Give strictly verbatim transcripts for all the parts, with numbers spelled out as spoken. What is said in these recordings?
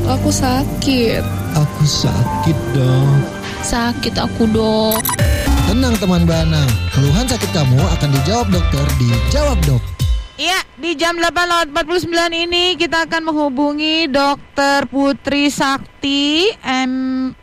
Dok, aku sakit. Aku sakit, Dok. Sakit aku, Dok. Tenang teman Bana, keluhan sakit kamu akan dijawab dokter di Jawab Dok. Iya, di jam delapan lewat empat puluh sembilan ini kita akan menghubungi Dokter Putri Sakti M.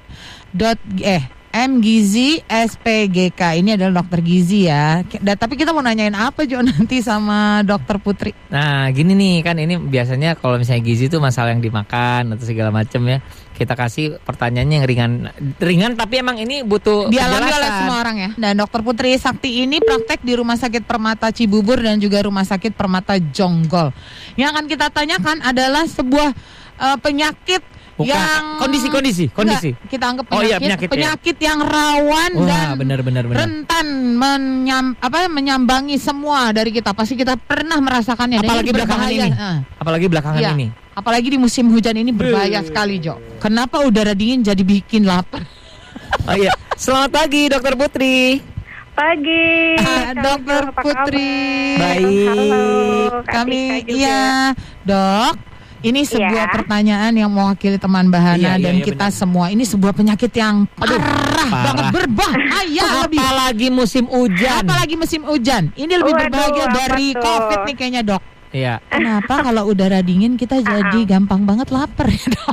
Dot, eh M Gizi S P G K. Ini adalah dokter gizi ya. Da, tapi kita mau nanyain apa Jo nanti sama Dokter Putri? Nah gini nih, kan ini biasanya kalau misalnya gizi itu masalah yang dimakan atau segala macam ya. Kita kasih pertanyaannya yang ringan, ringan tapi emang ini butuh dialami oleh semua orang ya. Dan Dokter Putri Sakti ini praktek di Rumah Sakit Permata Cibubur dan juga Rumah Sakit Permata Jonggol. Yang akan kita tanyakan adalah sebuah uh, penyakit Bukan. yang kondisi-kondisi, kondisi. Enggak, kita anggap penyakit, penyakit, oh, iya, penyakit, penyakit ya. yang rawan Wah, dan benar, benar, benar. rentan menyam, apa, menyambangi semua dari kita. Pasti kita pernah merasakannya. Apalagi belakangan ini. Uh. Apalagi belakangan iya. ini. Apalagi di musim hujan ini berbahaya sekali, Jo. Kenapa udara dingin jadi bikin lapar? Oh iya. Selamat pagi, Dokter Putri. Pagi, ah, Dokter Putri. Baik. Halo, kami iya, Dok. Ini sebuah ya. pertanyaan yang mewakili teman Bahana iya, dan iya, kita benar. semua. Ini sebuah penyakit yang parah, parah. banget, berbahaya. lebih. Apalagi musim hujan. Apalagi musim hujan. Ini lebih Waduh, berbahaya apa dari tuh? COVID nih kayaknya, Dok. Iya. Kenapa kalau udara dingin kita jadi gampang banget lapar ya, Dok?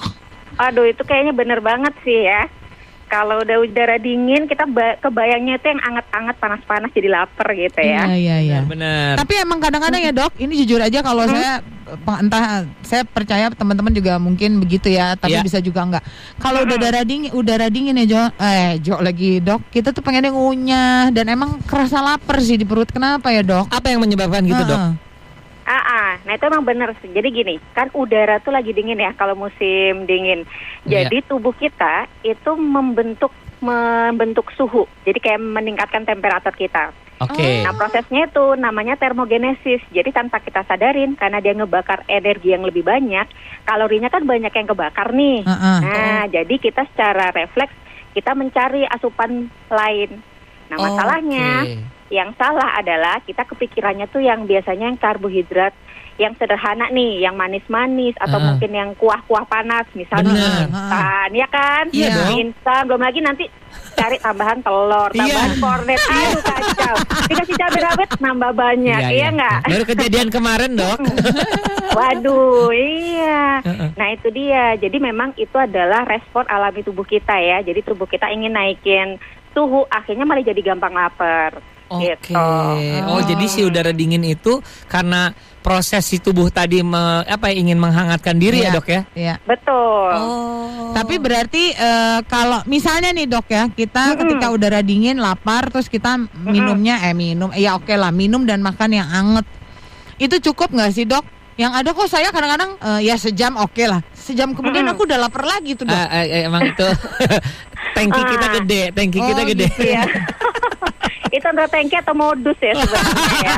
Aduh, itu kayaknya bener banget sih ya. Kalau udah udara dingin, kita ba- kebayangnya itu yang anget-anget, panas-panas jadi lapar gitu ya. Iya, iya, iya. Benar. Tapi emang kadang-kadang ya, Dok, ini jujur aja kalau hmm. saya entah saya percaya teman-teman juga mungkin begitu ya, tapi ya. bisa juga enggak. Kalau udah udara dingin, udara dingin ya, Jo. Eh, Jo lagi, Dok. Kita tuh pengennya ngunyah dan emang kerasa lapar sih di perut. Kenapa ya, Dok? Apa yang menyebabkan gitu, uh-uh. Dok? Ah, ah, nah itu emang bener sih. Jadi gini, kan udara tuh lagi dingin ya kalau musim dingin. Jadi Iya. tubuh kita itu membentuk membentuk suhu. Jadi kayak meningkatkan temperatur kita. Oke. Okay. Nah prosesnya itu namanya termogenesis. Jadi tanpa kita sadarin karena dia ngebakar energi yang lebih banyak, kalorinya kan banyak yang kebakar nih. Uh-uh. Nah jadi kita secara refleks kita mencari asupan lain. Nah masalahnya Okay. yang salah adalah kita kepikirannya tuh yang biasanya yang karbohidrat yang sederhana nih, yang manis-manis atau Uh. mungkin yang kuah-kuah panas, misalnya Bener. mie instan, ya kan? Iya Mie dong. instan, belum lagi nanti cari tambahan telur, tambahan Iya. kornet, aduh kacau. Dikasih cabai rawit nambah banyak, iya nggak? Baru kejadian kemarin, Dok. Waduh, iya. Uh-uh. Nah itu dia. Jadi memang itu adalah respon alami tubuh kita ya. Jadi tubuh kita ingin naikin suhu, akhirnya malah jadi gampang lapar. Oke. Gitu. Oh, jadi si udara dingin itu karena proses si tubuh tadi me, apa ya, ingin menghangatkan diri Iya. ya, Dok ya? Iya. Betul. Oh. Tapi berarti uh, kalau misalnya nih, Dok ya, kita Mm-mm. ketika udara dingin, lapar, terus kita minumnya eh minum, ya oke lah, minum dan makan yang anget. Itu cukup nggak sih, Dok? Yang ada kok saya kadang-kadang uh, ya sejam oke lah. Sejam kemudian Mm-mm. aku udah lapar lagi tuh, Dok. Ah, ah, emang itu tangki kita Ah. gede, tangki Oh, kita gede. gitu Iya. Itu antara tangki atau modus ya sebenarnya ya.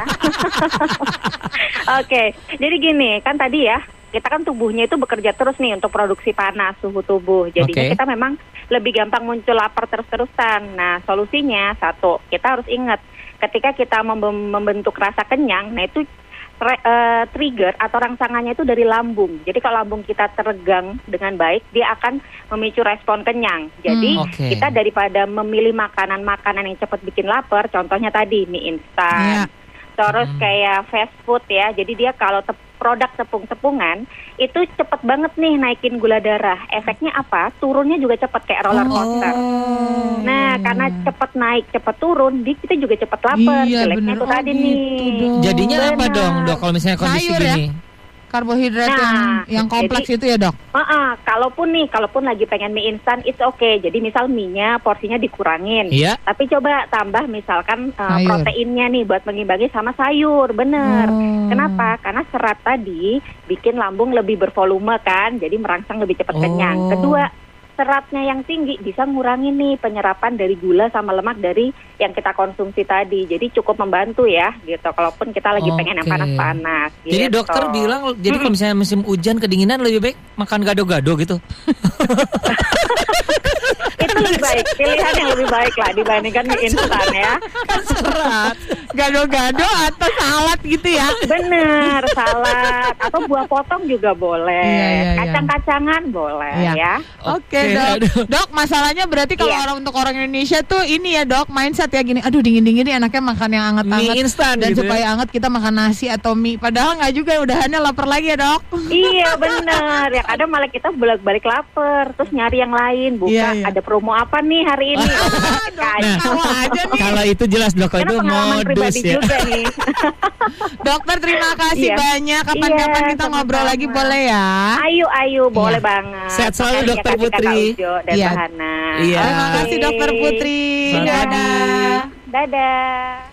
Oke, jadi gini, kan tadi ya, kita kan tubuhnya itu bekerja terus nih untuk produksi panas, suhu tubuh. Jadinya Oke. kita memang lebih gampang muncul lapar terus-terusan. Nah, solusinya satu, kita harus ingat ketika kita membe- membentuk rasa kenyang, nah itu Re, uh, trigger atau rangsangannya itu dari lambung. Jadi kalau lambung kita teregang dengan baik, dia akan memicu respon kenyang. Jadi Hmm, okay. kita daripada memilih makanan-makanan yang cepat bikin lapar, contohnya tadi mie instan, Iya. terus Hmm. kayak fast food ya. Jadi dia kalau te- produk tepung-tepungan itu cepet banget nih naikin gula darah. Efeknya apa? Turunnya juga cepet kayak roller coaster. Oh. Nah, karena cepet naik, cepet turun, di kita juga cepet lapar. Iya, Jeleknya bener. itu Oh, tadi gitu nih. dong. Jadinya apa Benar. dong, Dok, kalau misalnya kondisi Sayur ya? gini? Karbohidrat Nah, yang yang kompleks jadi- itu ya, Dok? Uh-uh, kalaupun nih, kalaupun lagi pengen mie instan, it's okay. Jadi misal mie-nya porsinya dikurangin. Iya. Tapi coba tambah misalkan uh, Sayur. proteinnya nih buat mengimbangi sama sayur, bener. Oh. Kenapa? Karena serat tadi bikin lambung lebih bervolume kan, jadi merangsang lebih cepat Oh. kenyang. Kedua, seratnya yang tinggi bisa ngurangin nih penyerapan dari gula sama lemak dari yang kita konsumsi tadi. Jadi cukup membantu ya gitu. Kalaupun kita lagi pengen yang Oke. panas-panas. Jadi gitu. dokter bilang, jadi kalau misalnya musim hujan kedinginan lebih baik makan gado-gado gitu. Itu lebih baik, pilihan yang lebih baik lah dibandingkan mie instan ya. Kan serat. Gado-gado atau salad gitu ya. Bener, salad atau buah potong juga boleh. Iya, iya, iya. Kacang-kacangan boleh Iya. ya. Oke, Oke, Dok. aduh. Dok, masalahnya berarti kalau Iya. orang untuk orang Indonesia tuh ini ya, Dok, mindset ya gini. Aduh, dingin-dingin nih enaknya makan yang anget-anget. Mie instan Dan gitu supaya ya. anget kita makan nasi atau mie. Padahal nggak juga, udahannya lapar lagi ya, Dok. Iya bener, ya kadang malah kita bolak-balik lapar, terus nyari yang lain, buka Iya, iya. ada promo apa nih hari ini? Nah, Tahu aja nih. kalau itu jelas dok, Karena itu pengalaman modus pribadi ya. juga nih. Dokter, terima kasih Iya. banyak. Kapan-kapan Iya, kita ngobrol sama-sama. lagi boleh ya? Ayo, ayo, boleh Iya. banget. Sehat selalu, Makanya Dokter kasih Kakak Putri. Ujo dan Iya. Mbak Hana. Iya. Terima kasih, Dokter Putri. Selamat Dadah. Dadah.